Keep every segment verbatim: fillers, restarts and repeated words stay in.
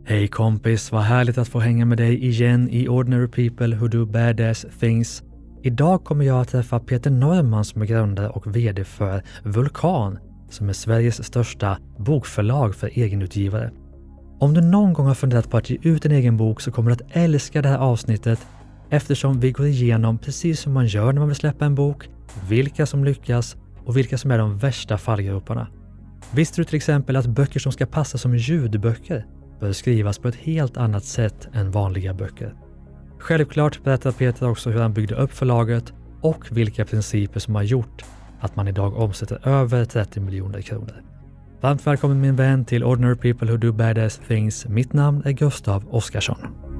Hej kompis, vad härligt att få hänga med dig igen i Ordinary People Who Do Badass Things. Idag kommer jag att träffa Peter Norman som är grundare och vd för Vulkan, som är Sveriges största bokförlag för egenutgivare. Om du någon gång har funderat på att ge ut en egen bok så kommer du att älska det här avsnittet, eftersom vi går igenom precis som man gör när man vill släppa en bok, vilka som lyckas och vilka som är de värsta fallgroparna. Visste du till exempel att böcker som ska passa som ljudböcker bör skrivas på ett helt annat sätt än vanliga böcker? Självklart berättar Peter också hur han byggde upp förlaget och vilka principer som har gjort att man idag omsätter över trettio miljoner kronor. Varmt välkommen min vän till Ordinary People Who Do Badass Things. Mitt namn är Gustav Oskarsson.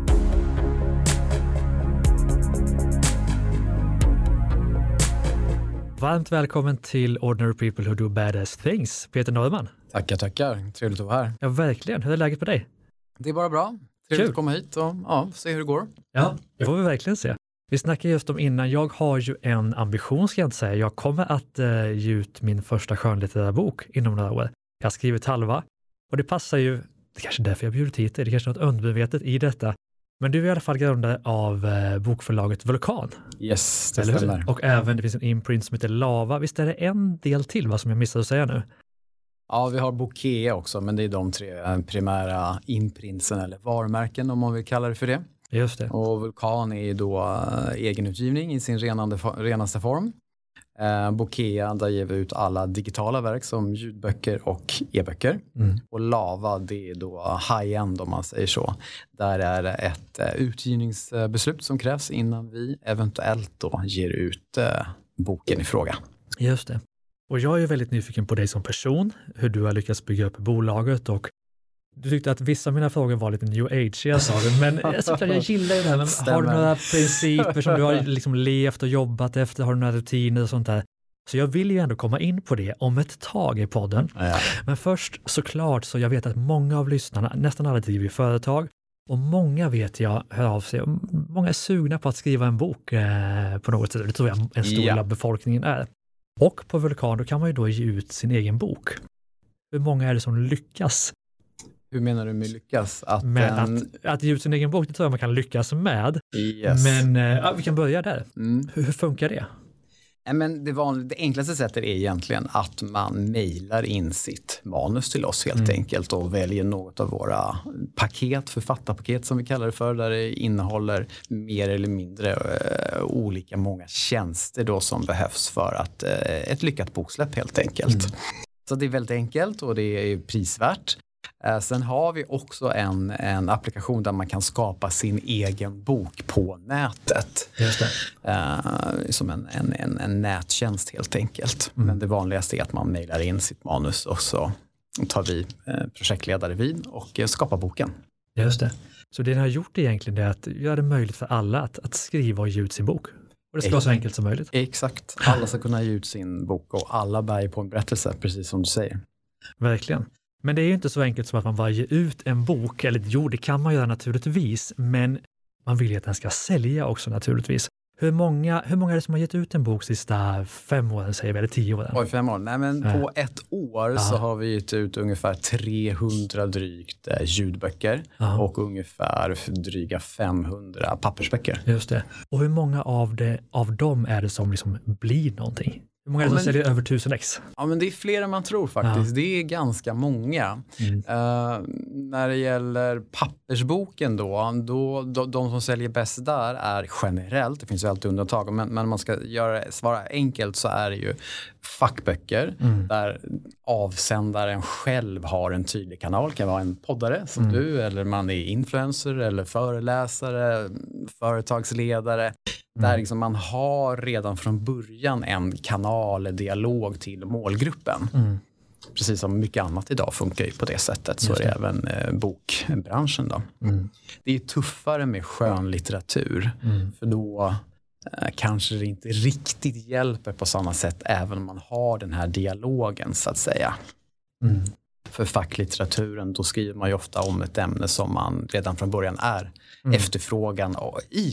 Varmt välkommen till Ordinary People Who Do Badass Things, Peter Norman. Tackar, tackar. Trevligt att vara här. Ja, verkligen. Hur är läget på dig? Det är bara bra. Trevligt att komma hit och ja, se hur det går. Ja, det får vi verkligen se. Vi snackade just om innan, jag har ju en ambition ska jag inte säga. Jag kommer att uh, ge ut min första skönlitterära bok inom några år. Jag har skrivit halva och det passar ju, det är kanske därför jag bjudit hit det, det är kanske något undermedvetet i detta. Men du är i alla fall grundare av uh, bokförlaget Vulkan. Yes, det stämmer. Och även det finns en imprint som heter Lava. Visst är det en del till vad som jag missade att säga nu? Ja, vi har Bokea också, men det är de tre primära imprintsen eller varumärken om man vill kalla det för det. Just det. Och Vulkan är då egenutgivning i sin renande, renaste form. Eh, Bokea, där ger vi ut alla digitala verk som ljudböcker och e-böcker. Mm. Och Lava, det är då high-end om man säger så. Där är det ett eh, utgivningsbeslut som krävs innan vi eventuellt då ger ut eh, boken i fråga. Just det. Och jag är väldigt nyfiken på dig som person, hur du har lyckats bygga upp bolaget och du tyckte att vissa av mina frågor var lite new age, jag sa det, men såklart jag gillar ju det här. Men har du några principer som du har liksom levt och jobbat efter? Har du några rutiner och sånt där? Så jag vill ju ändå komma in på det om ett tag i podden. Ja. Men först såklart så jag vet att många av lyssnarna, nästan alla driver företag och många vet jag hör av sig. Många är sugna på att skriva en bok eh, på något sätt. Det tror jag en stor del ja. av befolkningen är. Och på Vulkan då kan man ju då ge ut sin egen bok. Hur många är det som lyckas? Hur menar du med lyckas? Att, med en... att, att ge ut sin egen bok, det tror jag man kan lyckas med. Yes. Men ja, vi kan börja där. Mm. Hur, hur funkar det? Ja, men det, vanliga, det enklaste sättet är egentligen att man mejlar in sitt manus till oss helt mm. enkelt och väljer något av våra paket, författarpaket som vi kallar det för, där det innehåller mer eller mindre uh, olika många tjänster då som behövs för att uh, ett lyckat boksläpp helt enkelt. Mm. Så det är väldigt enkelt och det är prisvärt. Uh, sen har vi också en, en applikation där man kan skapa sin egen bok på nätet. Just det. Uh, som en, en, en, en nättjänst helt enkelt. Mm. Men det vanligaste är att man mejlar in sitt manus och så tar vi uh, projektledare vid och uh, skapar boken. Just det. Så det ni har gjort egentligen är att göra det möjligt för alla att, att skriva och ge ut sin bok. Och det ska vara så enkelt som möjligt. Exakt. Alla ska kunna ge ut sin bok och alla bär på en berättelse, precis som du säger. Verkligen. Men det är ju inte så enkelt som att man bara ger ut en bok, eller jo, det kan man göra naturligtvis, men man vill ju att den ska sälja också naturligtvis. Hur många, hur många är det som har gett ut en bok sista fem åren, säger vi, eller tio åren? Oj, fem år. Nej, men äh. på ett år ja. så har vi gett ut ungefär trehundra drygt eh, ljudböcker ja. och ungefär dryga femhundra pappersböcker. Just det. Och hur många av, det, av dem är det som liksom blir någonting? Hur många är det som säljer över tusen ex? Ja, men det är fler än man tror faktiskt. Ja. Det är ganska många. Mm. Uh, när det gäller pappersboken då, då, då, de som säljer bäst där är generellt, det finns ju alltid undantag, men, men man ska göra, svara enkelt så är det ju fackböcker mm. där avsändaren själv har en tydlig kanal. Det kan vara en poddare som mm. du, eller man är influencer eller föreläsare, företagsledare. Mm. Där liksom man har redan från början en kanal, dialog till målgruppen. Mm. Precis som mycket annat idag funkar ju på det sättet. Så är det även eh, bokbranschen då. Mm. Det är tuffare med skönlitteratur. Mm. För då eh, kanske det inte riktigt hjälper på samma sätt även om man har den här dialogen så att säga. Mm. För facklitteraturen då skriver man ju ofta om ett ämne som man redan från början är mm. efterfrågan i.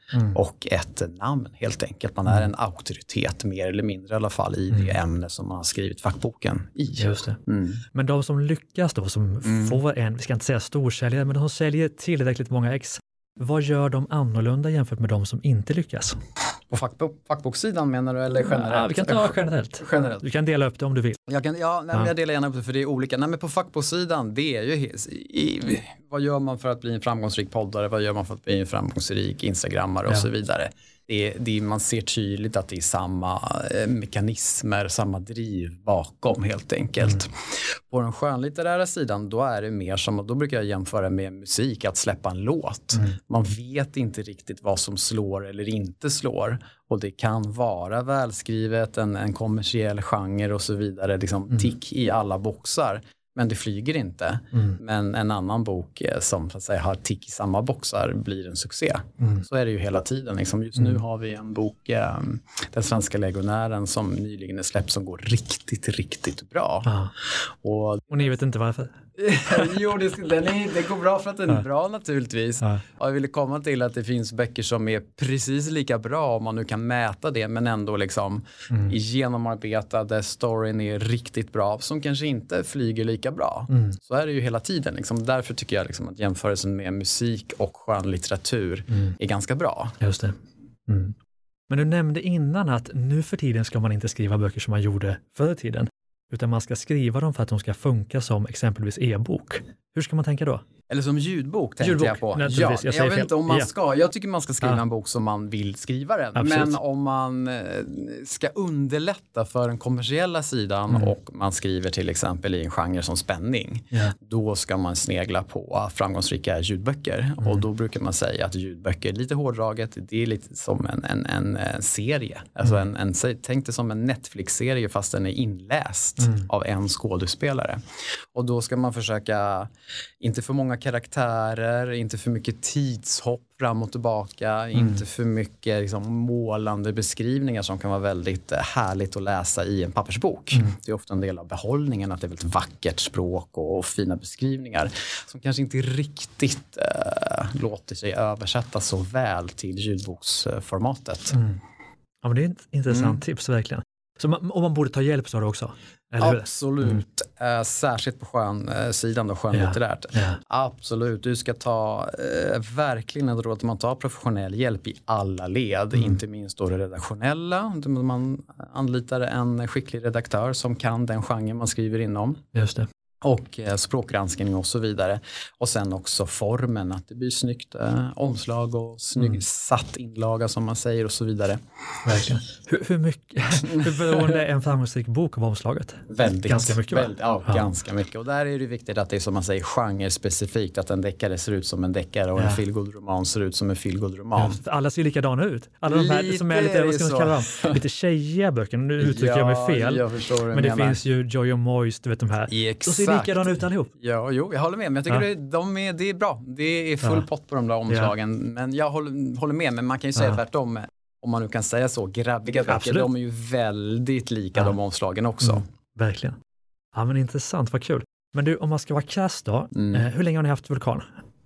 mm. och ett namn helt enkelt. Man är en auktoritet mer eller mindre i alla fall i mm. det ämne som man har skrivit fackboken i. Just det. Mm. Men de som lyckas då, som mm. får en, vi ska inte säga storsäljare, men de som säljer tillräckligt många ex, vad gör de annorlunda jämfört med de som inte lyckas? På fackbok, fackboksidan menar du eller generellt? Ja, vi kan ta generellt. generellt. Du kan dela upp det om du vill. Jag, kan, ja, nej, ja. jag delar gärna upp det för det är olika. Nej, men på fackboksidan, det är ju i, i, vad gör man för att bli en framgångsrik poddare? Vad gör man för att bli en framgångsrik instagrammare och ja. så vidare? Det, det, man ser tydligt att det är samma eh, mekanismer, samma driv bakom helt enkelt. Mm. På den skönlitterära sidan då är det mer som, då brukar jag jämföra med musik, att släppa en låt. Mm. Man vet inte riktigt vad som slår eller inte slår. Och det kan vara välskrivet, en, en kommersiell genre och så vidare, liksom mm. tick i alla boxar. Men det flyger inte. Mm. Men en annan bok som så att säga, har tick i samma boxar blir en succé. Mm. Så är det ju hela tiden. Liksom just mm. nu har vi en bok, eh, Den svenska legionären, som nyligen är släppt, som går riktigt, riktigt bra. Ah. Och, och ni vet inte varför? jo, det, den är, det går bra för att den är ja. bra naturligtvis. Ja. Och jag ville komma till att det finns böcker som är precis lika bra, om man nu kan mäta det, men ändå liksom mm. genomarbetade, storyn är riktigt bra, som kanske inte flyger lika bra. Mm. Så är det ju hela tiden. Liksom. Därför tycker jag liksom att jämförelsen med musik och skönlitteratur mm. är ganska bra. Just det. Mm. Men du nämnde innan att nu för tiden ska man inte skriva böcker som man gjorde förr i tiden. Utan man ska skriva dem för att de ska funka som exempelvis e-bok. Hur ska man tänka då? Eller som ljudbok tänkte ljudbok, jag på. Ja, jag, jag, jag vet inte om man ska. Jag tycker man ska skriva ja. en bok som man vill skriva den. Absolut. Men om man ska underlätta för den kommersiella sidan mm. och man skriver till exempel i en genre som spänning. Yeah. Då ska man snegla på framgångsrika ljudböcker. Mm. Och då brukar man säga att ljudböcker är lite hårdraget. Det är lite som en, en, en, en serie. Alltså mm. en, en, tänk det som en Netflix-serie fast den är inläst mm. av en skådespelare. Och då ska man försöka, inte för många karaktärer, inte för mycket tidshopp fram och tillbaka, mm. inte för mycket liksom, målande beskrivningar som kan vara väldigt eh, härligt att läsa i en pappersbok. Mm. Det är ofta en del av behållningen att det är väldigt vackert språk och, och fina beskrivningar som kanske inte riktigt eh, låter sig översätta så väl till ljudboksformatet. Mm. Ja, men det är ett intressant mm. tips verkligen. Så man, och man borde ta hjälp så det också? Eller Absolut. Mm. Eh, särskilt på skön eh, sidan då, skönlitterärt. Ja. Ja. Absolut. Du ska ta eh, verkligen ett råd att man tar professionell hjälp i alla led. Mm. Inte minst då det redaktionella. Man anlitar en skicklig redaktör som kan den genre man skriver inom. Just det. Och eh, språkgranskning och så vidare. Och sen också formen, att det blir snyggt eh, omslag och snygg mm. satt inlaga som man säger och så vidare. Verkligen. Hur, hur mycket, hur beroende är en framgångsrik bok av omslaget? Väldigt. Ganska mycket, väldigt, ja, ja, ganska mycket. Och där är det viktigt att det är som man säger genre-specifikt. Att en deckare ser ut som en deckare och ja. en feelgood-roman ser ut som en feelgood-roman. Ja, alla ser likadana ut. Alla de här lite som är lite, vad ska man kalla dem? Lite tjejiga böcker. Nu uttrycker ja, jag mig fel. Jag förstår men det menar. finns ju Joy och Moist, du vet de här. Exakt. Likadana ut allihop. Ja, jo, jag håller med. Men jag tycker ja. det, de är, det är bra. Det är full ja. pott på de där omslagen. Ja. Men jag håller, håller med. Men man kan ju säga ja. tvärtom. Om man nu kan säga så. Grabbiga böcker, Absolut. de är ju väldigt lika ja. de omslagen också. Mm, verkligen. Ja, men intressant. Vad kul. Men du, om man ska vara krass då. Mm. Eh, hur länge har ni haft Vulkan?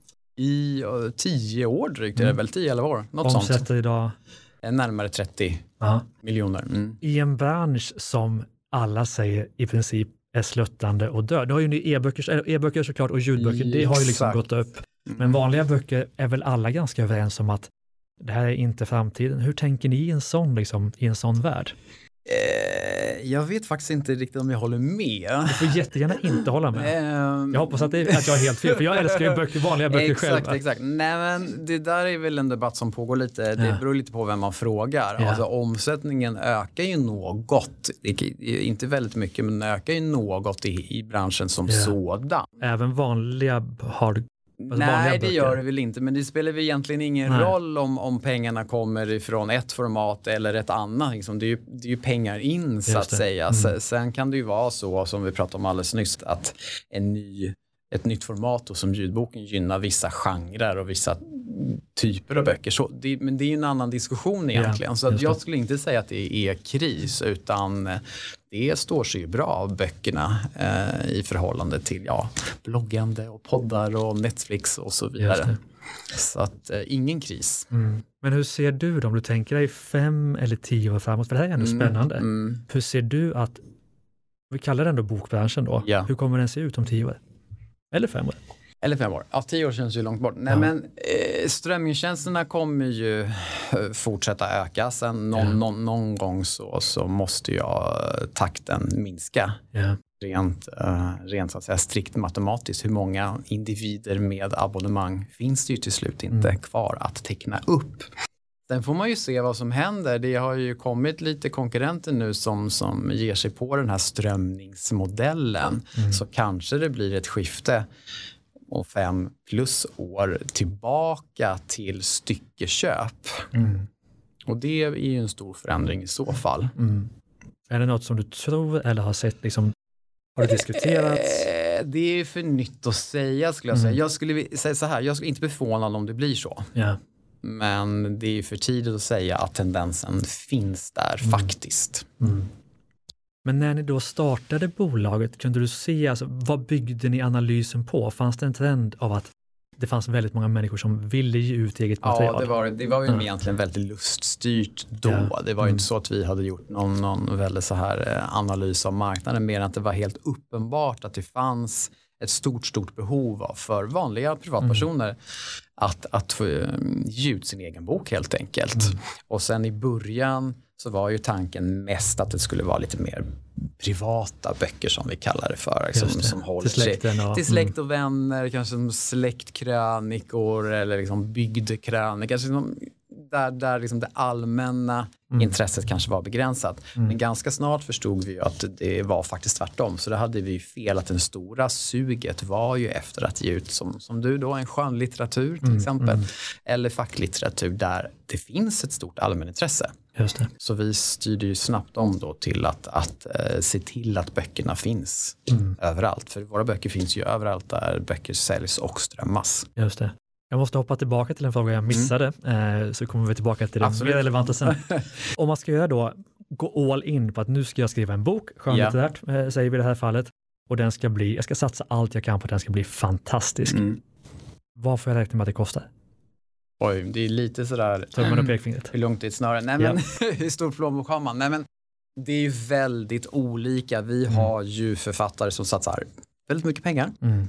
I uh, tio år drygt. Mm. Är det väl tio elva år? Något Omsätter sånt. idag? Närmare trettio ja. miljoner. Mm. I en bransch som alla säger i princip är sluttande och död. Det har ju ni e-böcker, e-böcker såklart och ljudböcker, det har ju liksom gått upp. Men vanliga böcker är väl alla ganska överens om att det här är inte framtiden. Hur tänker ni i en sån, liksom, i en sån värld? Eh, jag vet faktiskt inte riktigt om jag håller med. Du får jättegärna inte hålla med. Jag hoppas att, det, att jag är helt fel, för jag älskar ju böcker, vanliga böcker exakt, själv. Exakt, exakt. Nej, men det där är väl en debatt som pågår lite. Det ja. beror lite på vem man frågar. Ja. Alltså omsättningen ökar ju något. Det är inte väldigt mycket, men den ökar ju något i, i branschen som ja. sådan. Även vanliga har Alltså Nej, det gör det väl inte. Men det spelar väl egentligen ingen Nej. roll om, om pengarna kommer ifrån ett format eller ett annat. Liksom. Det, är ju, det är ju pengar in, så att säga. Mm. Sen kan det ju vara så, som vi pratade om alldeles nyss, att en ny, ett nytt format då, som ljudboken gynnar vissa genrer och vissa typer av böcker. Så det, men det är ju en annan diskussion egentligen. Ja, så att jag skulle inte säga att det är kris, utan det står sig ju bra av böckerna eh, i förhållande till ja, bloggande och poddar och Netflix och så vidare. Så att eh, ingen kris. Mm. Men hur ser du då, om du tänker dig fem eller tio år framåt? För det här är ändå Mm, spännande. mm. Hur ser du att, vi kallar det ändå bokbranschen då, Ja. hur kommer den se ut om tio år? Eller fem år? Eller fem år. Ja, tio år känns ju långt bort. Nej, Ja. men eh, strömningstjänsterna kommer ju eh, fortsätta öka. Sen någon, Ja. någon, någon gång så, så måste jag eh, takten minska. Ja. Rent, eh, rent så att säga strikt matematiskt. Hur många individer med abonnemang finns det ju till slut inte Mm. kvar att teckna upp. Sen får man ju se vad som händer. Det har ju kommit lite konkurrenter nu som, som ger sig på den här strömningsmodellen. Mm. Så kanske det blir ett skifte om fem plus år tillbaka till styckeköp. Mm. Och det är ju en stor förändring i så fall. Mm. Är det något som du tror eller har sett, liksom, har det diskuterats? Eh, det är för nytt att säga skulle jag Mm. säga. Jag skulle säga så här, jag skulle inte bli förvånad om det blir så. Ja. Men det är för tidigt att säga att tendensen finns där Mm. faktiskt. Mm. Men när ni då startade bolaget, kunde du se, alltså, vad byggde ni analysen på? Fanns det en trend av att det fanns väldigt många människor som ville ge ut eget material? Ja, det var, det var ju Mm. egentligen väldigt luststyrt då. Ja. Det var ju Mm. inte så att vi hade gjort någon, någon väldigt så här eh, analys av marknaden, mer än att det var helt uppenbart att det fanns ett stort, stort behov av för vanliga privatpersoner Mm. att, att få eh, ge ut sin egen bok helt enkelt. Mm. Och sen i början så var ju tanken mest att det skulle vara lite mer privata böcker som vi kallar det för. Liksom, Just det. som håller Till släkten sig och- till släkt och vänner, kanske som släktkrönikor eller liksom bygdekrönikor. Kanske liksom där, där liksom det allmänna Mm. intresset kanske var begränsat. Mm. Men ganska snart förstod vi ju att det var faktiskt tvärtom. Så det hade vi fel, att den stora suget var ju efter att ge ut som, som du då, en skönlitteratur till Mm, exempel. mm. Eller facklitteratur där det finns ett stort allmänintresse. Just det. Så vi styrde ju snabbt om då till att, att eh, se till att böckerna finns Mm. överallt. För våra böcker finns ju överallt där böcker säljs och strömmas. Just det. Jag måste hoppa tillbaka till en fråga jag missade, eh, så kommer vi tillbaka till det Absolut. mer relevanta sen. Om man ska göra då, gå all in på att nu ska jag skriva en bok, skönlitterärt, eh, säger vi i det här fallet, och den ska bli, jag ska satsa allt jag kan på att den ska bli fantastisk. Mm. Vad får jag räkna med att det kostar? Oj, det är lite sådär... Tummen och pekfingret. Hur långt är ett snöre? Nej, men hur stor plånbok har man? Nej, men det är ju väldigt olika. Vi Mm. har ju författare som satsar väldigt mycket pengar. Mm.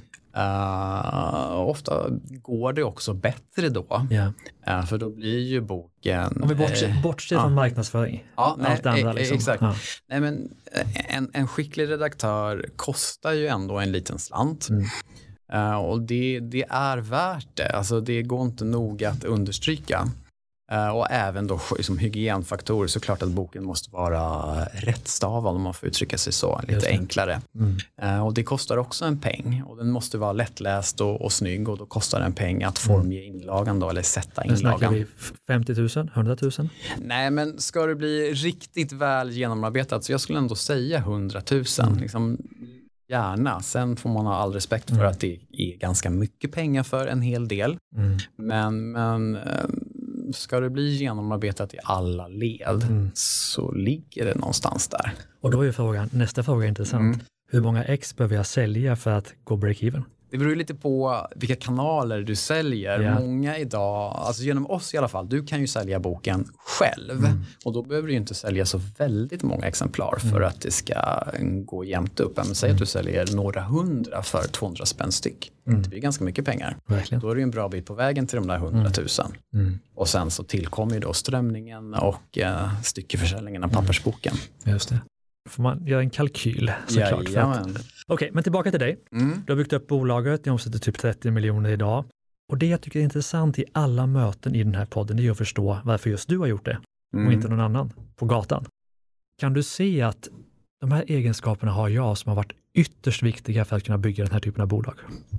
Uh, ofta går det också bättre då. Ja. Uh, för då blir ju boken... Om vi bortser, eh, bortser ja. från marknadsföring. Ja, nej, allt det andra eh, liksom. exakt. Ja. Nej, men eh, en, en skicklig redaktör kostar ju ändå en liten slant. Mm. Uh, och det, det är värt det. Alltså det går inte nog att understryka. Uh, och även då som hygienfaktorer, så klart att boken måste vara rättstavad, om man får uttrycka sig så, Just lite det. enklare. Mm. Uh, och det kostar också en peng, och den måste vara lättläst och, och snygg, och då kostar det en peng att formge inlagan då, eller sätta Men snackar inlagan. vi femtio tusen, hundra tusen? Nej, men ska det bli riktigt väl genomarbetat, så jag skulle ändå säga hundratusen. Mm. Liksom, gärna. Sen får man ha all respekt för Mm. att det är ganska mycket pengar för en hel del. Mm. Men, men eh, ska det bli genomarbetat i alla led, Mm. så ligger det någonstans där. Och då är ju frågan, nästa fråga är intressant. Mm. Hur många ex behöver jag sälja för att gå break-even? Det beror ju lite på vilka kanaler du säljer. Ja. Många idag, alltså genom oss i alla fall, du kan ju sälja boken själv. Mm. Och då behöver du ju inte sälja så väldigt många exemplar för Mm. att det ska gå jämnt upp. Men säg att du säljer några hundra för tvåhundra spänn styck. Mm. Det blir ganska mycket pengar. Verkligen. Då är det ju en bra bit på vägen till de där hundratusen. Mm. Och sen så tillkommer ju då strömningen och eh, styckeförsäljningen av pappersboken. Just det. Får man göra en kalkyl såklart. För att... Jajamän. Okej, men tillbaka till dig. Mm. Du har byggt upp bolaget, ni omsätter typ trettio miljoner idag. Och det jag tycker är intressant i alla möten i den här podden, det är att förstå varför just du har gjort det Mm. och inte någon annan på gatan. Kan du se att de här egenskaperna har jag som har varit ytterst viktiga för att kunna bygga den här typen av bolag?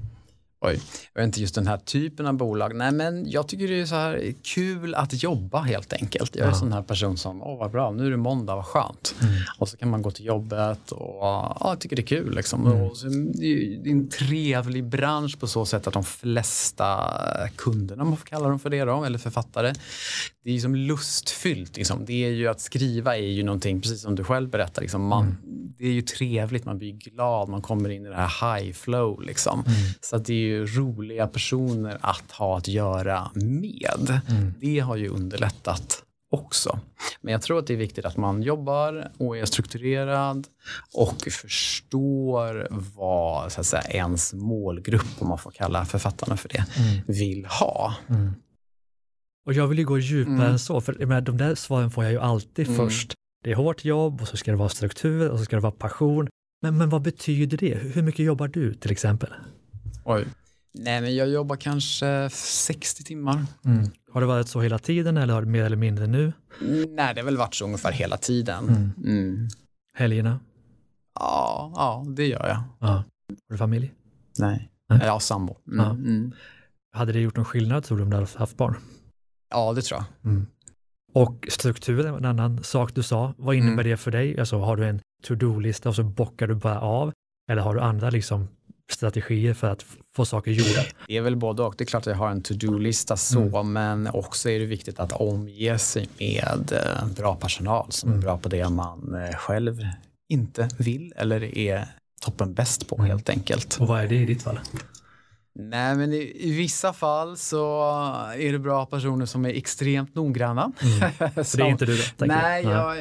Oj, jag vet inte just den här typen av bolag. Nej, men jag tycker det är så här kul att jobba helt enkelt. Jag är Ja. en sån här person som, åh vad bra, nu är det måndag, vad skönt. Mm. Och så kan man gå till jobbet och ja, jag tycker det är kul liksom. Mm. Och så, det är det är en trevlig bransch på så sätt att de flesta kunderna, om man får kalla dem för det då, eller författare, det är ju som lustfyllt. Liksom. Det är ju att skriva är ju någonting, precis som du själv berättar. Liksom. Man, mm. Det är ju trevligt, man blir glad, man kommer in i det här high flow. Liksom. Mm. Så att det är ju roliga personer att ha att göra med. Mm. Det har ju underlättat också. Men jag tror att det är viktigt att man jobbar och är strukturerad och förstår vad så att säga, ens målgrupp, om man får kalla författarna för det, mm. vill ha. Mm. Och jag vill ju gå djupare mm. än så, för med de där svaren får jag ju alltid mm. först. Det är hårt jobb och så ska det vara struktur och så ska det vara passion. Men, men vad betyder det? Hur mycket jobbar du till exempel? Oj. Nej, men jag jobbar kanske sextio timmar. Mm. Har det varit så hela tiden eller har det mer eller mindre nu? Nej, det har väl varit så ungefär hela tiden. Mm. Mm. Helgerna? Ja, ja, det gör jag. Ja. Har du familj? Nej, Nej. jag har sambo. Mm. Ja. Mm. Hade det gjort någon skillnad tror du om du hade haft barn? Ja, det tror jag. Mm. Och strukturen, en annan sak du sa. Vad innebär mm. det för dig? Alltså, har du en to-do-lista och så bockar du bara av? Eller har du andra liksom strategier för att få saker gjorda? Det är väl både och. Det är klart att jag har en to-do-lista så, mm. men också är det viktigt att omge sig med bra personal som mm. är bra på det man själv inte vill eller är toppen bäst på, mm. helt enkelt. Och vad är det i ditt fall? Nej, men i, i vissa fall så är det bra personer som är extremt noggranna. Mm. Så det är inte du då? Nej, jag...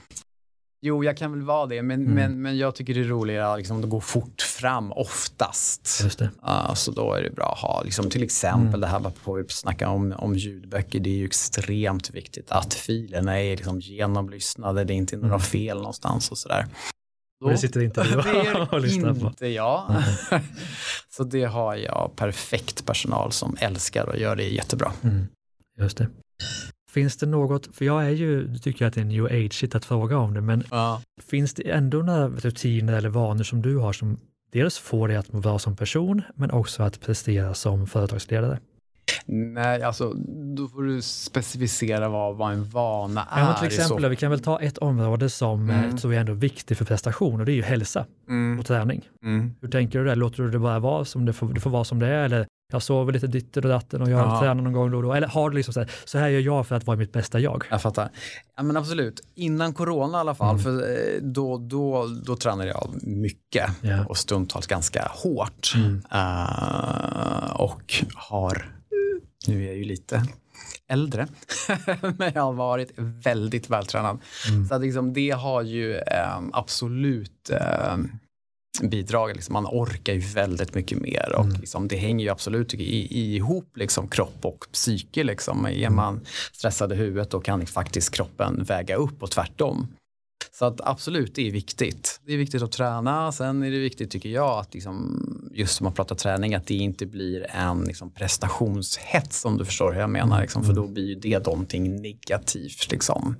Jo, jag kan väl vara det, men, mm. men, men jag tycker det är roligare liksom, att gå fort fram oftast. Just det. Uh, så då är det bra att ha, liksom, till exempel mm. det här på vi snackar om, om ljudböcker, det är ju extremt viktigt att filerna är liksom, genomlyssnade, det är inte några mm. fel någonstans och sådär. Och det sitter inte det är inte jag. Mm. Så det har jag perfekt personal som älskar och gör det jättebra. Mm. Just det. Finns det något, för jag är ju, tycker jag att det är new age att fråga om det, men ja. Finns det ändå några rutiner eller vanor som du har som dels får dig att må bra som person, men också att prestera som företagsledare? Nej, alltså då får du specificera vad, vad en vana är. Ja, till exempel, vi kan väl ta ett område som mm. tror jag är ändå viktigt för prestation, och det är ju hälsa mm. och träning. Mm. Hur tänker du där? Låter du det bara vara som det får, det får vara som det är, eller jag sover lite ditten och datten och jag ja. tränar någon gång då och då, eller har du liksom så här, så här gör jag för att vara mitt bästa jag? Jag fattar. Ja, men absolut. Innan corona i alla fall, mm. för då, då, då tränade jag mycket yeah. och stundtals ganska hårt. Mm. Uh, och har nu är jag ju lite äldre, men jag har varit väldigt vältränad. Mm. Så att liksom, det har ju eh, absolut eh, bidragit. Liksom, man orkar ju väldigt mycket mer. Och mm. liksom, det hänger ju absolut i, i, ihop liksom, kropp och psyke. Liksom. Är man stressad i huvudet, då kan faktiskt kroppen väga upp och tvärtom. Så att absolut, det är viktigt. Det är viktigt att träna. Sen är det viktigt, tycker jag, att liksom, just som man pratar träning, att det inte blir en liksom, prestationshets, om du förstår hur jag menar. Liksom, för då blir ju det någonting negativt. Liksom.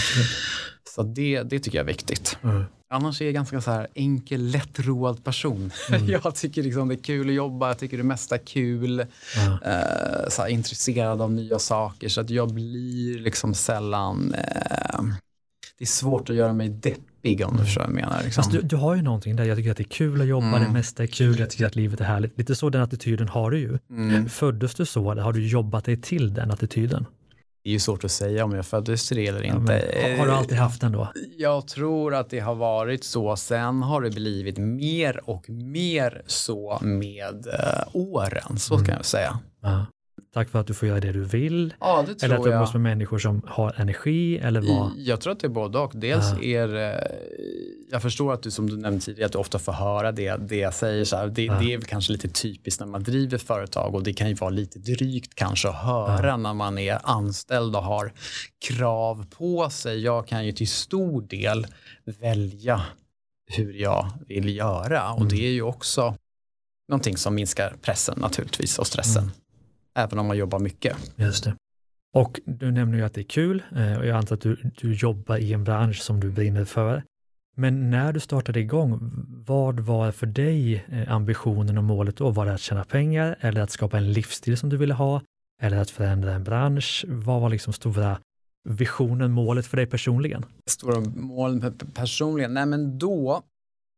Så det, det tycker jag är viktigt. Mm. Annars är jag ganska så här enkel, lättroad person. Mm. Jag tycker liksom, det är kul att jobba. Jag tycker det mesta är kul. Mm. Uh, så här, intresserad av nya saker. Så att jag blir liksom sällan... Uh, Det är svårt att göra mig deppig, om du förstår vad jag menar. Liksom. Alltså, du, du har ju någonting där. Jag tycker att det är kul att jobba. Mm. Det mesta är kul. Jag tycker att livet är härligt. Lite så den attityden har du ju. Mm. Föddes du så, eller har du jobbat dig till den attityden? Det är ju svårt att säga om jag föddes till det eller inte. Ja, har, har du alltid haft den då? Jag tror att det har varit så. Sen har det blivit mer och mer så med uh, åren. Så mm. kan jag säga. Ja. Tack för att du får göra det du vill. Ja, det tror eller att du jag. umgås med människor som har energi. Eller vad? Jag tror att det är både och. Dels ja. är... Jag förstår att du, som du nämnde tidigare, att du ofta får höra det, det jag säger. Så här, det, ja. det är kanske lite typiskt när man driver företag. Och det kan ju vara lite drygt kanske att höra ja. när man är anställd och har krav på sig. Jag kan ju till stor del välja hur jag vill göra. Och mm. det är ju också någonting som minskar pressen naturligtvis och stressen. Mm. Även om man jobbar mycket. Just det. Och du nämner ju att det är kul. Och jag antar att du, du jobbar i en bransch som du brinner för. Men när du startade igång, vad var för dig ambitionen och målet då? Var det att tjäna pengar? Eller att skapa en livsstil som du ville ha? Eller att förändra en bransch? Vad var liksom stora visionen, målet för dig personligen? Stora målet personligen? Nej, men då...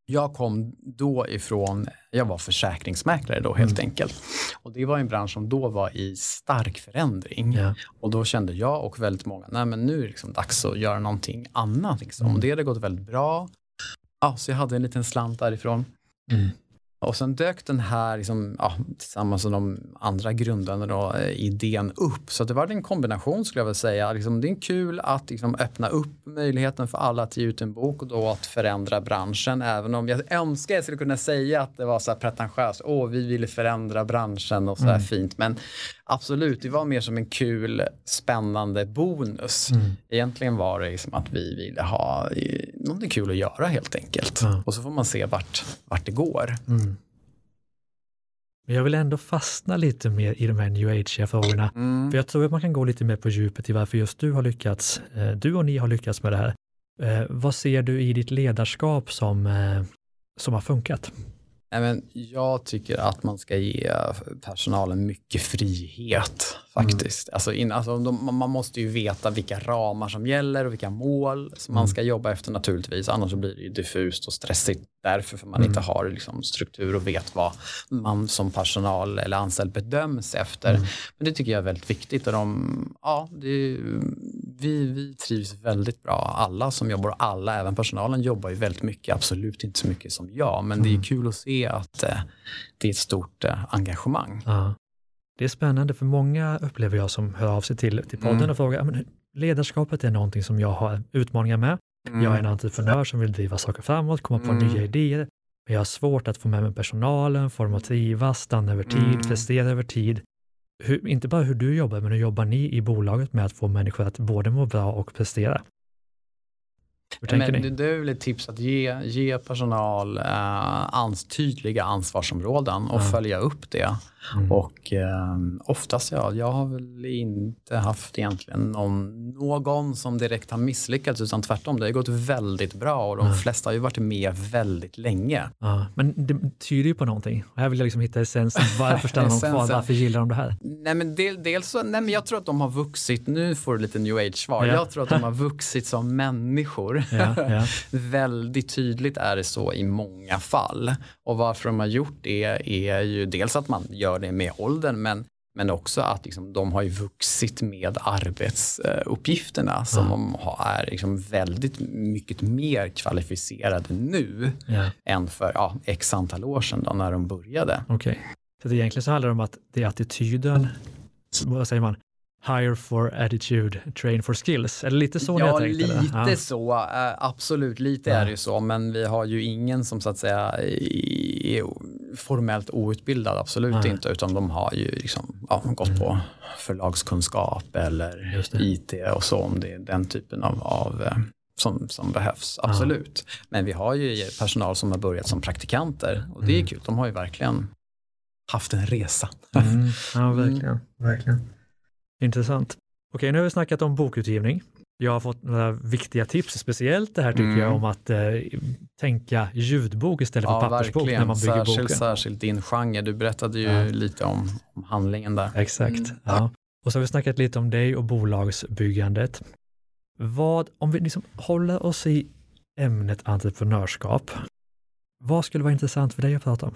Jag kom då ifrån, jag var försäkringsmäklare då helt mm. enkelt. Och det var en bransch som då var i stark förändring. Ja. Och då kände jag och väldigt många, nej men nu är det liksom dags att göra någonting annat. Liksom. Mm. Och det hade gått väldigt bra. Ja, så jag hade en liten slant därifrån. Mm. Och sen dök den här liksom, ja, tillsammans med de andra grundarna då, idén upp. Så det var en kombination skulle jag vilja säga. Liksom, det är kul att liksom, öppna upp möjligheten för alla att ge ut en bok och då att förändra branschen. Även om jag önskar jag skulle kunna säga att det var så här pretentiöst. Åh, vi ville förändra branschen och så här mm. fint. Men absolut, det var mer som en kul, spännande bonus. Mm. Egentligen var det liksom att vi ville ha något kul att göra helt enkelt. Mm. Och så får man se vart, vart det går. Mm. Men jag vill ändå fastna lite mer i de här New Age-frågorna. Mm. För jag tror att man kan gå lite mer på djupet i varför just du har lyckats. Du och ni har lyckats med det här. Eh, vad ser du i ditt ledarskap som, eh, som har funkat? Nej, men jag tycker att man ska ge personalen mycket frihet faktiskt. Mm. Alltså, in, alltså de, man måste ju veta vilka ramar som gäller och vilka mål som mm. man ska jobba efter naturligtvis. Annars så blir det ju diffust och stressigt därför för man mm. inte har liksom, struktur och vet vad man som personal eller anställd bedöms efter. Mm. Men det tycker jag är väldigt viktigt. Och de, ja, det, vi, vi trivs väldigt bra. Alla som jobbar, alla, även personalen jobbar ju väldigt mycket. Absolut inte så mycket som jag. Men mm. det är kul att se att eh, det är ett stort eh, engagemang. Ja. Det är spännande för många upplever jag som hör av sig till, till podden mm. och frågar men ledarskapet är någonting som jag har utmaningar med. Mm. Jag är en entreprenör som vill driva saker framåt, komma på mm. nya idéer. Men jag har svårt att få med mig personalen, få dem att trivas, stanna över tid, mm. prestera över tid. Hur, inte bara hur du jobbar, men hur jobbar ni i bolaget med att få människor att både må bra och prestera? Hur tänker men ni? Det är väl ett tips att ge, ge personal eh, ans, tydliga ansvarsområden och mm. följa upp det. Mm. Och eh, oftast, ja, jag har väl inte haft egentligen någon, någon som direkt har misslyckats utan tvärtom, det har gått väldigt bra och de mm. flesta har ju varit med väldigt länge. Ja, men det tyder ju på någonting. Och här vill jag liksom hitta essensen. Varför stannar de kvar? Varför gillar de det här? Nej, men del, dels så, nej, men jag tror att de har vuxit, nu får du lite new age-svar. Ja. Jag tror att de har vuxit som människor. Ja, ja. Väldigt tydligt är det så i många fall. Och varför de har gjort det är ju dels att man gör det med åldern, men, men också att liksom, de har ju vuxit med arbetsuppgifterna som mm. de har, är liksom väldigt mycket mer kvalificerade nu yeah. än för ja, x antal år sedan då, när de började. Okej, okay. Så det egentligen så handlar det om att det är attityden, vad säger man? Hire for attitude, train for skills. Eller lite så ja, jag tänkte lite det. Ja. så. Äh, absolut, lite ja. är det ju så. Men vi har ju ingen som så att säga är formellt outbildad. Absolut ja. inte. Utan de har ju liksom, ja, gått mm. på förlagskunskap eller I T och så. Om det är den typen av, av som, som behövs. Absolut. Ja. Men vi har ju personal som har börjat som praktikanter. Och det är mm. kul. De har ju verkligen haft en resa. Mm. Ja, verkligen. Mm. verkligen. Intressant. Okej, nu har vi snackat om bokutgivning. Jag har fått några viktiga tips, speciellt det här tycker mm. jag om att eh, tänka ljudbok istället för ja, pappersbok verkligen. När man bygger särskilt, boken. Särskilt din genre. Du berättade ju ja. lite om, om handlingen där. Exakt. Mm. Ja. Och så har vi snackat lite om dig och bolagsbyggandet. Vad, om vi liksom håller oss i ämnet entreprenörskap, vad skulle vara intressant för dig att prata om?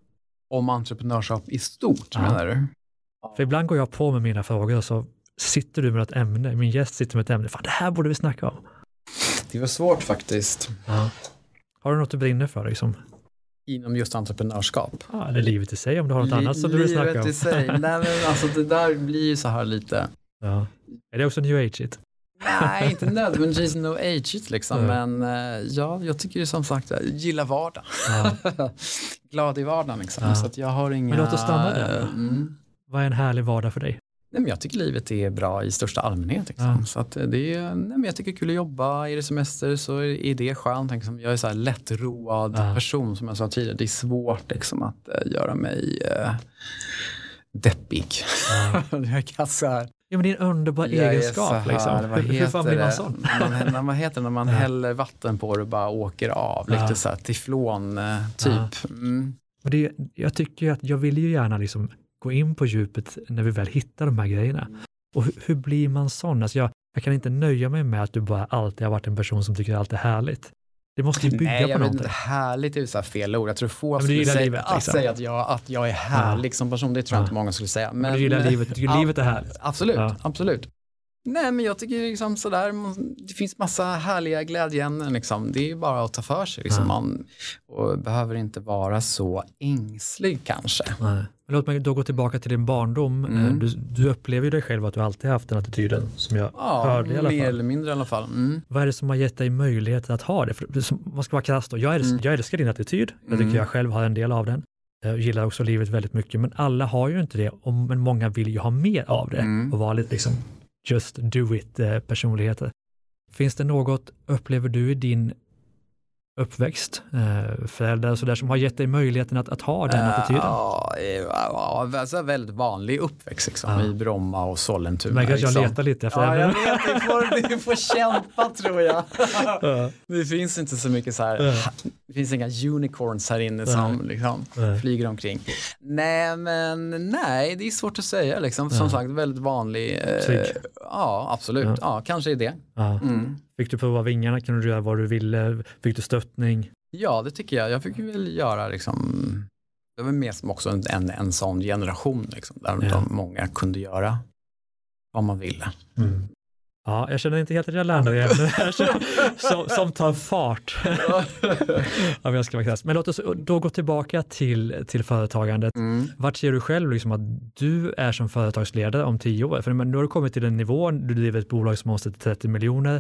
Om entreprenörskap i stort, ja. menar du? För ibland går jag på med mina frågor och så sitter du med ett ämne, min gäst sitter med ett ämne. Fan, det här borde vi snacka om. Det var svårt faktiskt. Ja. Har du något du brinner för liksom? Inom just entreprenörskap? Ja, eller livet i sig om du har något Li- annat som du vill snacka om. Livet i sig? Nej, men alltså det där blir ju så här lite. Ja. Är det också new age-it? Nej, inte nödvändigtvis no age liksom, mm. men ja, jag tycker ju som sagt, jag gillar vardag. Ja. Glad i vardagen liksom, ja. Så att jag har inga... Men låt oss stanna där. Mm. Vad är en härlig vardag för dig? Nej, men jag tycker livet är bra i största allmänhet. Liksom. Ja. Så att det är, nej, men jag tycker det är kul att jobba. Är det semester så är det skönt. Liksom. Jag är så här lättroad ja. person som jag sa tidigare. Det är svårt liksom, att uh, göra mig uh, deppig. Ja. jag kan så här... Ja, men det är en underbar jag egenskap. Liksom. Hur, hur fan blir man sån? man, man heter när man ja. häller vatten på det och bara åker av. Ja. Lite så här teflon uh, typ. Ja. Mm. Men det, jag tycker att jag vill ju gärna liksom gå in på djupet när vi väl hittar de här grejerna. Och hur, hur blir man sån? Alltså jag, jag kan inte nöja mig med att du bara alltid har varit en person som tycker allt är härligt. Det måste ju bygga Nej, på jag någonting. Vet, härligt är ju så här fel ord. Jag tror få du skulle säga, livet, liksom. att, säga att, jag, att jag är härlig ja. som person. Det tror jag ja. inte många skulle säga. Men, men du gillar men, livet, du, ja, livet är härligt. Absolut, ja. absolut. Nej, men jag tycker liksom sådär, det finns massa härliga glädjeämnen liksom. Det är ju bara att ta för sig liksom. Ja. Man och behöver inte vara så ängslig kanske. Nej. Men låt mig då gå tillbaka till din barndom. Mm. Du, du upplever ju dig själv att du alltid haft den attityden som jag ja, hörde i alla fall. mer eller mindre i alla fall. Mm. Vad är det som har gett dig möjligheten att ha det? För, man ska vara krass då. Jag älskar, mm. jag älskar din attityd. Jag tycker mm. jag själv har en del av den. Jag gillar också livet väldigt mycket. Men alla har ju inte det. Men många vill ju ha mer av det. Mm. Och vara lite liksom just do it eh, personligheter. Finns det något, upplever du i din uppväxt, eh, föräldrar och sådär som har gett dig möjligheten att, att ha den attityden? Ja, ja, alltså väldigt vanlig uppväxt liksom, ja. i Bromma och Sollentuna. Men kanske liksom. jag letar lite efter ja, det. Jag vet, du får, du får kämpa tror jag. Ja. Det finns inte så mycket så här, ja. det finns inga unicorns här inne som ja. liksom, ja. flyger omkring. Nej, men nej, det är svårt att säga liksom. Som ja. sagt, väldigt vanlig. Eh, ja, absolut. Ja. ja, kanske är det. Ja. Mm. Fick du prova vingarna? Kunde du göra vad du ville? Fick du stöttning? Ja, det tycker jag. Jag fick väl göra liksom, det var mer som också en, en, en sån generation liksom, där ja. många kunde göra vad man ville. Mm. Ja, jag känner inte helt att jag landar i ämnet här som, som tar fart. Ja, jag ska vara krass. Men låt oss då gå tillbaka till, till företagandet. Mm. Vart ser du själv liksom att du är som företagsledare om tio år? För nu har du kommit till den nivån, du driver ett bolag som omsätter trettio miljoner.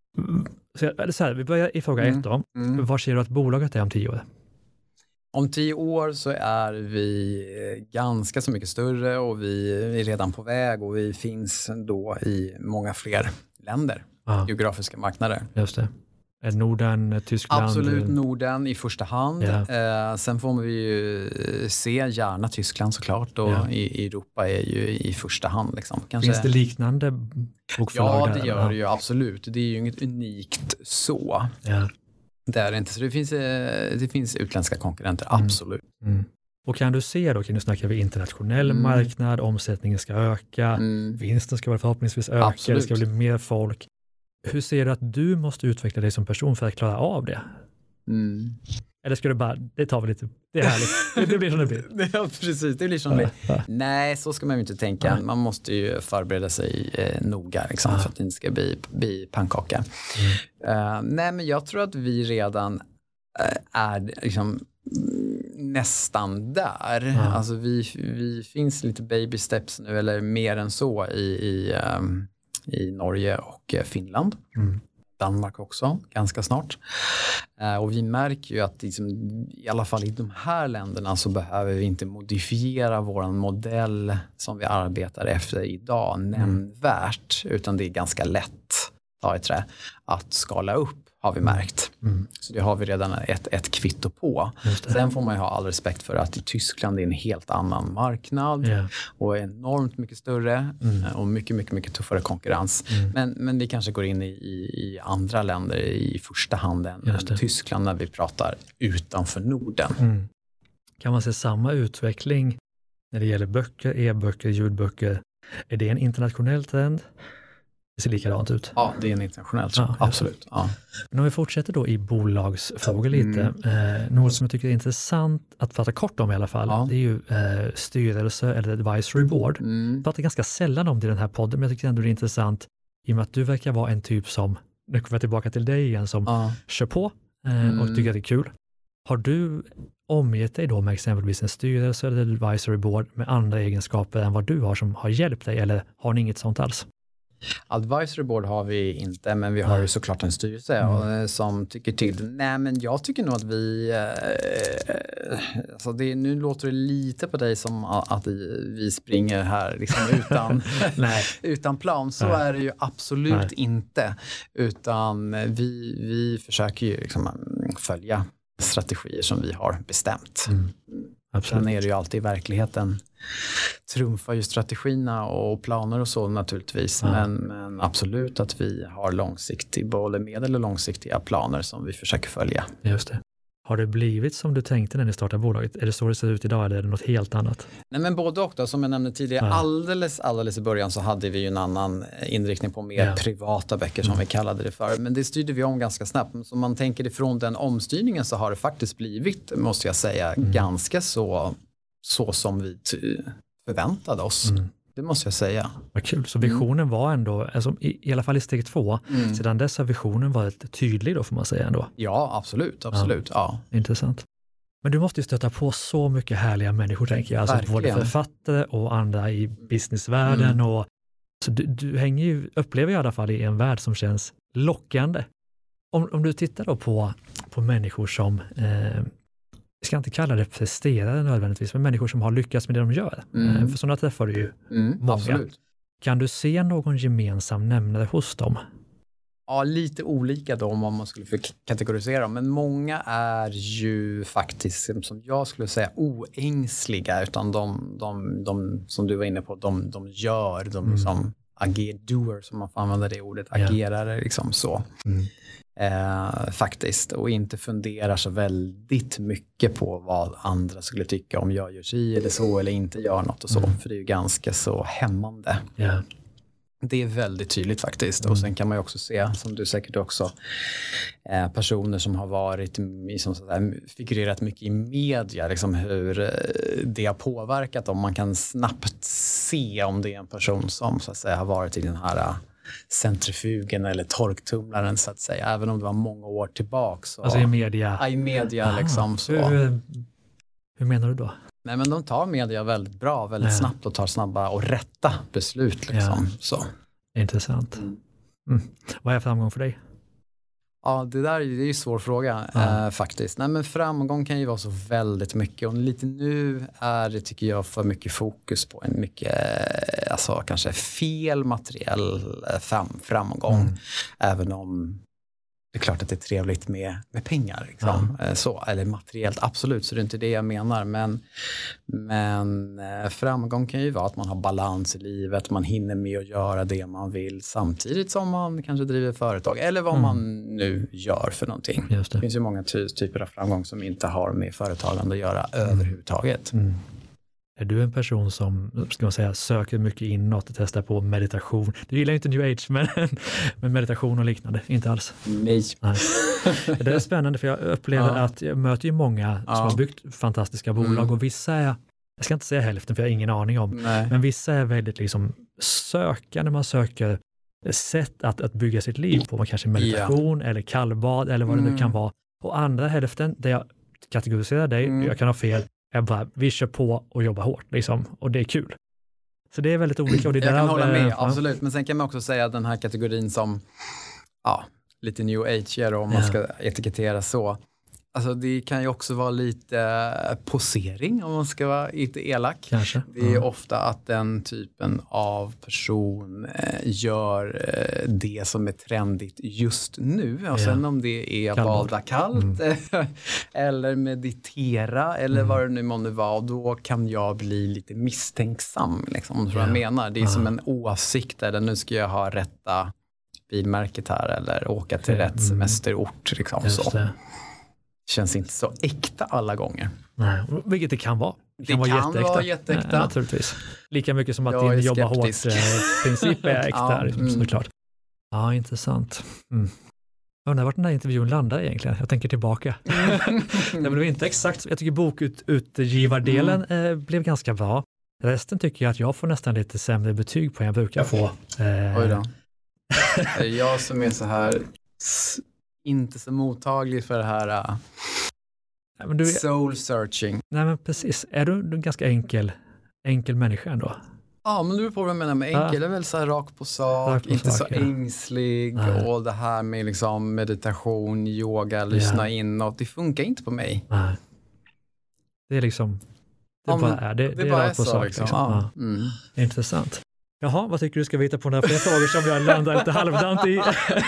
Så, så här, vi börjar i fråga mm. ett då. Mm. Var ser du att bolaget är om tio år? Om tio år så är vi ganska så mycket större och vi är redan på väg och vi finns då i många fler länder, ah. geografiska marknader. Just det. Är Norden, Tyskland? Absolut Norden i första hand. Yeah. Eh, sen får vi ju se gärna Tyskland såklart och yeah. i, i Europa är ju i första hand. Liksom. Kanske... Finns det liknande bokförlag? Ja, det gör det ju absolut. Det är ju inget unikt så. Yeah. Det är det inte. Så det finns, det finns utländska konkurrenter, mm. absolut. Mm. Och kan du se då, nu snackar vi internationell mm. marknad, omsättningen ska öka, mm. vinsten ska förhoppningsvis öka, absolut. Det ska bli mer folk. Hur ser du att du måste utveckla dig som person för att klara av det? Mm. Eller ska du bara, det tar vi lite, det är härligt. Det, det blir som det blir. Ja, precis, det blir som det blir. Nej, så ska man ju inte tänka. Man måste ju förbereda sig eh, noga liksom, för att det inte ska bli, bli pannkaka. Mm. Uh, nej, men jag tror att vi redan uh, är liksom nästan där. Mm. Alltså vi, vi finns lite baby steps nu, eller mer än så i, i, um, i Norge och Finland. Mm. Danmark också, ganska snart. Uh, och vi märker ju att liksom, i alla fall i de här länderna så behöver vi inte modifiera vår modell som vi arbetar efter idag mm. nämnvärt, utan det är ganska lätt, ta i trä, att skala upp har vi märkt. Mm. Så det har vi redan ett, ett kvitto på. Sen får man ju ha all respekt för att i Tyskland är en helt annan marknad yeah. och enormt mycket större mm. och mycket, mycket, mycket tuffare konkurrens. Mm. Men, men vi kanske går in i, i, i andra länder i första hand än, än Tyskland när vi pratar utanför Norden. Mm. Kan man se samma utveckling när det gäller böcker, e-böcker, ljudböcker? Är det en internationell trend? Det ser likadant ut. Ja, det är en internationell trend. Ja, absolut. Ja. Men om vi fortsätter då i bolagsfrågor lite. Mm. Eh, något som jag tycker är intressant att prata kort om i alla fall. Ja. Det är ju eh, styrelse eller advisory board. Mm. Jag pratar ganska sällan om det i den här podden, men jag tycker ändå det är intressant i och med att du verkar vara en typ som, nu kommer jag tillbaka till dig igen, som ja. kör på eh, mm. och tycker att det är kul. Har du omgett dig då med exempelvis en styrelse eller advisory board med andra egenskaper än vad du har som har hjälpt dig, eller har ni inget sånt alls? Advisory board har vi inte, men vi har ju såklart en styrelse mm. som tycker till. Nej, men jag tycker nog att vi eh, alltså det, nu låter det lite på dig som att vi springer här liksom utan, Nej. utan plan. Så Nej. är det ju absolut Nej. inte. Utan vi, vi försöker ju liksom följa strategier som vi har bestämt. Mm. Sen är det ju alltid i verkligheten trumfar ju strategierna och planer och så naturligtvis. Ja. Men, men absolut att vi har långsiktiga, både medel och långsiktiga planer som vi försöker följa. Just det. Har det blivit som du tänkte när ni startade bolaget? Är det så det ser ut idag eller är det något helt annat? Nej, men både och då, som jag nämnde tidigare, ja. alldeles, alldeles i början så hade vi ju en annan inriktning på mer ja. privata böcker som mm. vi kallade det för. Men det styrde vi om ganska snabbt. Så om man tänker ifrån den omstyrningen så har det faktiskt blivit, måste jag säga, mm. ganska så, så som vi t- förväntade oss. Mm. Det måste jag säga. Vad kul. Så visionen mm. var ändå, alltså, i, i alla fall i steg två, mm. sedan dess har visionen varit tydlig då får man säga ändå. Ja, absolut. absolut. Ja. Ja. Intressant. Men du måste ju stöta på så mycket härliga människor tänker jag. Alltså både författare och andra i businessvärlden. Mm. Och, så du, du hänger ju, upplever jag i alla fall i en värld som känns lockande. Om, om du tittar då på, på människor som eh, jag ska inte kalla det presterare nödvändigtvis, men människor som har lyckats med det de gör. Mm. För sådana träffar du ju mm, många. Absolut. Kan du se någon gemensam nämnare hos dem? Ja, lite olika då om man skulle kategorisera dem. Men många är ju faktiskt, som jag skulle säga, oängsliga. Utan de, de, de som du var inne på, de, de gör, de mm. liksom agerar, doer, som man får använda det ordet, agerar yeah. liksom så. Mm. Eh, faktiskt, och inte funderar så väldigt mycket på vad andra skulle tycka om jag gör sig eller så eller inte gör något och så, mm. för det är ju ganska så hämmande. Yeah. Det är väldigt tydligt faktiskt. Mm. Och sen kan man ju också se, som du säkert också, eh, personer som har varit som så där, figurerat mycket i media, liksom hur det har påverkat dem. Man kan snabbt se om det är en person som så att säga har varit i den här centrifugen eller torktumlaren så att säga, även om det var många år tillbaka. Så, alltså i media? Ja, i media ah, liksom. Så. Hur, hur menar du då? Nej, men de tar media väldigt bra, väldigt ja. snabbt och tar snabba och rätta beslut liksom. Ja. Så. Intressant. Mm. Mm. Vad är framgång för dig? Ja, det där det är ju en svår fråga ja. eh, faktiskt. Nej, men framgång kan ju vara så väldigt mycket. Och lite nu är det, tycker jag, för mycket fokus på en mycket, alltså kanske fel materiell fram, framgång. Mm. Även om det är klart att det är trevligt med, med pengar. Liksom. Ja. Så, eller materiellt, absolut, så det är inte det jag menar. Men, men framgång kan ju vara att man har balans i livet. Man hinner med att göra det man vill samtidigt som man kanske driver företag. Eller vad mm. man nu gör för någonting. Just det. Det finns ju många ty- typer av framgång som inte har med företagande att göra mm. överhuvudtaget. Mm. Är du en person som, ska man säga, söker mycket inåt och testar på meditation? Du gillar inte new age, men, men meditation och liknande, inte alls. Nej. Nej. Det är spännande för jag upplever ja. att jag möter ju många ja. som har byggt fantastiska bolag mm. och vissa är, jag ska inte säga hälften för jag har ingen aning om, Nej. men vissa är väldigt liksom sökande, man söker sätt att, att bygga sitt liv på, man kanske meditation ja. eller kallbad eller vad mm. det nu kan vara. Och andra hälften, där jag kategoriserar dig, mm. jag kan ha fel, jag bara, vi kör på och jobbar hårt liksom, och det är kul. Så det är väldigt olika. Och det jag där kan hålla med, äh, absolut. Men sen kan man också säga att den här kategorin som, ja, lite new age om ja. man ska etikettera så. Alltså det kan ju också vara lite posering om man ska vara lite elak. Kanske. Det är mm. ofta att den typen av person eh, gör eh, det som är trendigt just nu. Och ja. sen om det är bada kallt mm. eller meditera eller mm. vad det nu måste vara, då kan jag bli lite misstänksam. Liksom, om du ja. jag menar. Det är ja. som en åsikt eller nu ska jag ha rätta bilmärket här eller åka till mm. rätt semesterort. Liksom, så. Det. Känns inte så äkta alla gånger. Nej, vilket det kan vara. Det kan, det vara, kan jätteäkta. vara jätteäkta. Nej, naturligtvis. Lika mycket som att din jobba hårt eh, princip är äkta. ja, liksom, mm. såklart. Ja, intressant. Mm. Jag undrar vart den här intervjun landar egentligen. Jag tänker tillbaka. Det blev inte exakt. Jag tycker bokutgivardelen mm. eh, blev ganska bra. Resten tycker jag att jag får nästan lite sämre betyg på än jag brukar få. Eh. Oj då. Jag som är så här inte så mottaglig för det här uh, nej, men du är, soul searching. Nej men precis. Är du en ganska enkel enkel människa ändå? Ja, men du är på vad jag menar med enkel. Ja. Är väl så här rak på sak, rak på inte sak, så ja. ängslig nej. och det här med liksom meditation, yoga, lyssna ja. inåt. Det funkar inte på mig. Nej. Det är liksom det ja, bara är det, det, det är bara rakt på sak. Liksom. Liksom. Ja. Ja. Mm. Intressant. Jaha, vad tycker du ska veta på några fler frågor som jag landar lite halvdant i?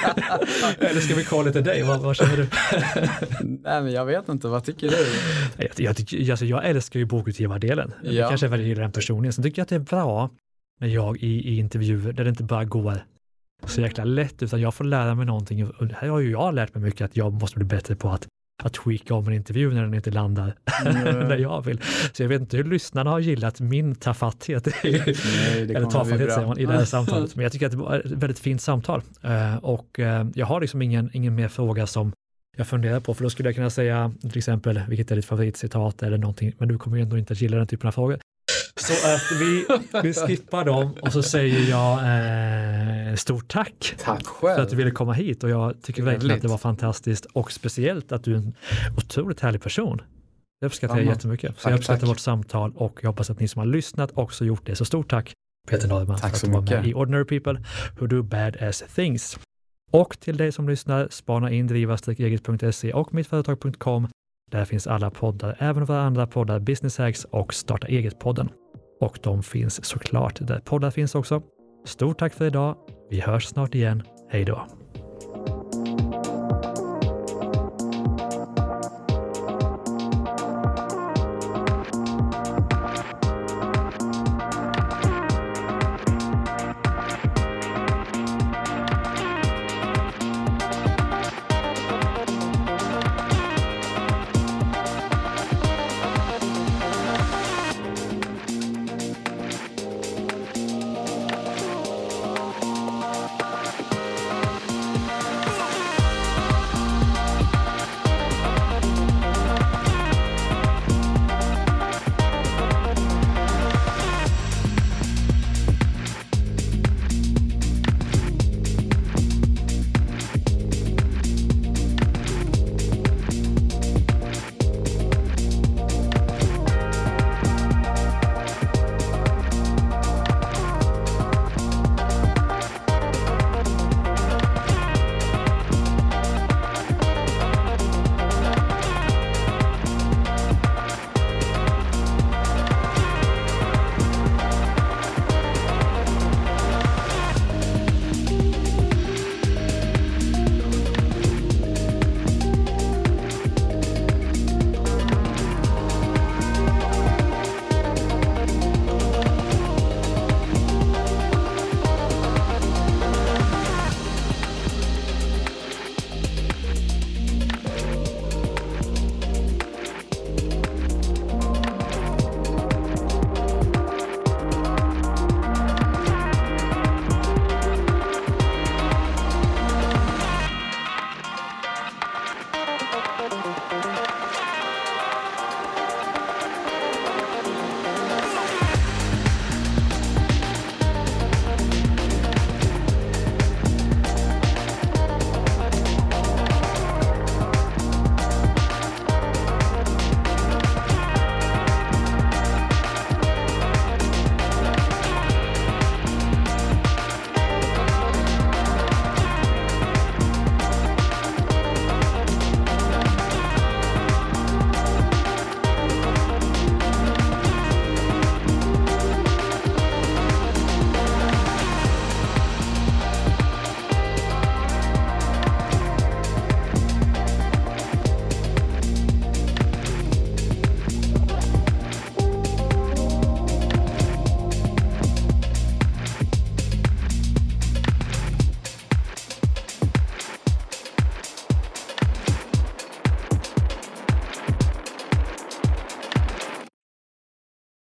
Eller ska vi kolla lite dig? Vad, vad känner du? Nej, men jag vet inte. Vad tycker du? Jag, jag, tycker, alltså jag älskar ju bokutgivardelen. Ja. Jag kanske väldigt gillar den personligen. Sen tycker jag att det är bra när jag i, i intervjuer där det inte bara går så jäkla lätt utan jag får lära mig någonting. Och här har ju jag lärt mig mycket att jag måste bli bättre på att, att tweaka om en intervju när den inte landar mm. där jag vill. Så jag vet inte hur lyssnarna har gillat min tafatthet Nej, det eller tafatthet säger man, i det här samtalet. Men jag tycker att det var ett väldigt fint samtal. Uh, och uh, jag har liksom ingen, ingen mer fråga som jag funderar på, för då skulle jag kunna säga till exempel, vilket är ditt favoritcitat eller någonting, men du kommer ju ändå inte att gilla den typen av frågor. Så att vi, vi skippar dem och så säger jag eh, stort tack, tack själv. För att du ville komma hit, och jag tycker verkligen att det var fantastiskt, och speciellt att du är en otroligt härlig person. Det uppskattar jag jättemycket. Så tack, jag uppskattar tack. Vårt samtal, och jag hoppas att ni som har lyssnat också gjort det. Så stort tack Peter Neumann för att du var med i Ordinary People Who Do Badass Things. Och till dig som lyssnar, spana in driva eget punkt se och mittföretag punkt com. Där finns alla poddar, även våra andra poddar, Business Hacks och Starta eget-podden. Och de finns såklart där poddar finns också. Stort tack för idag. Vi hörs snart igen. Hej då!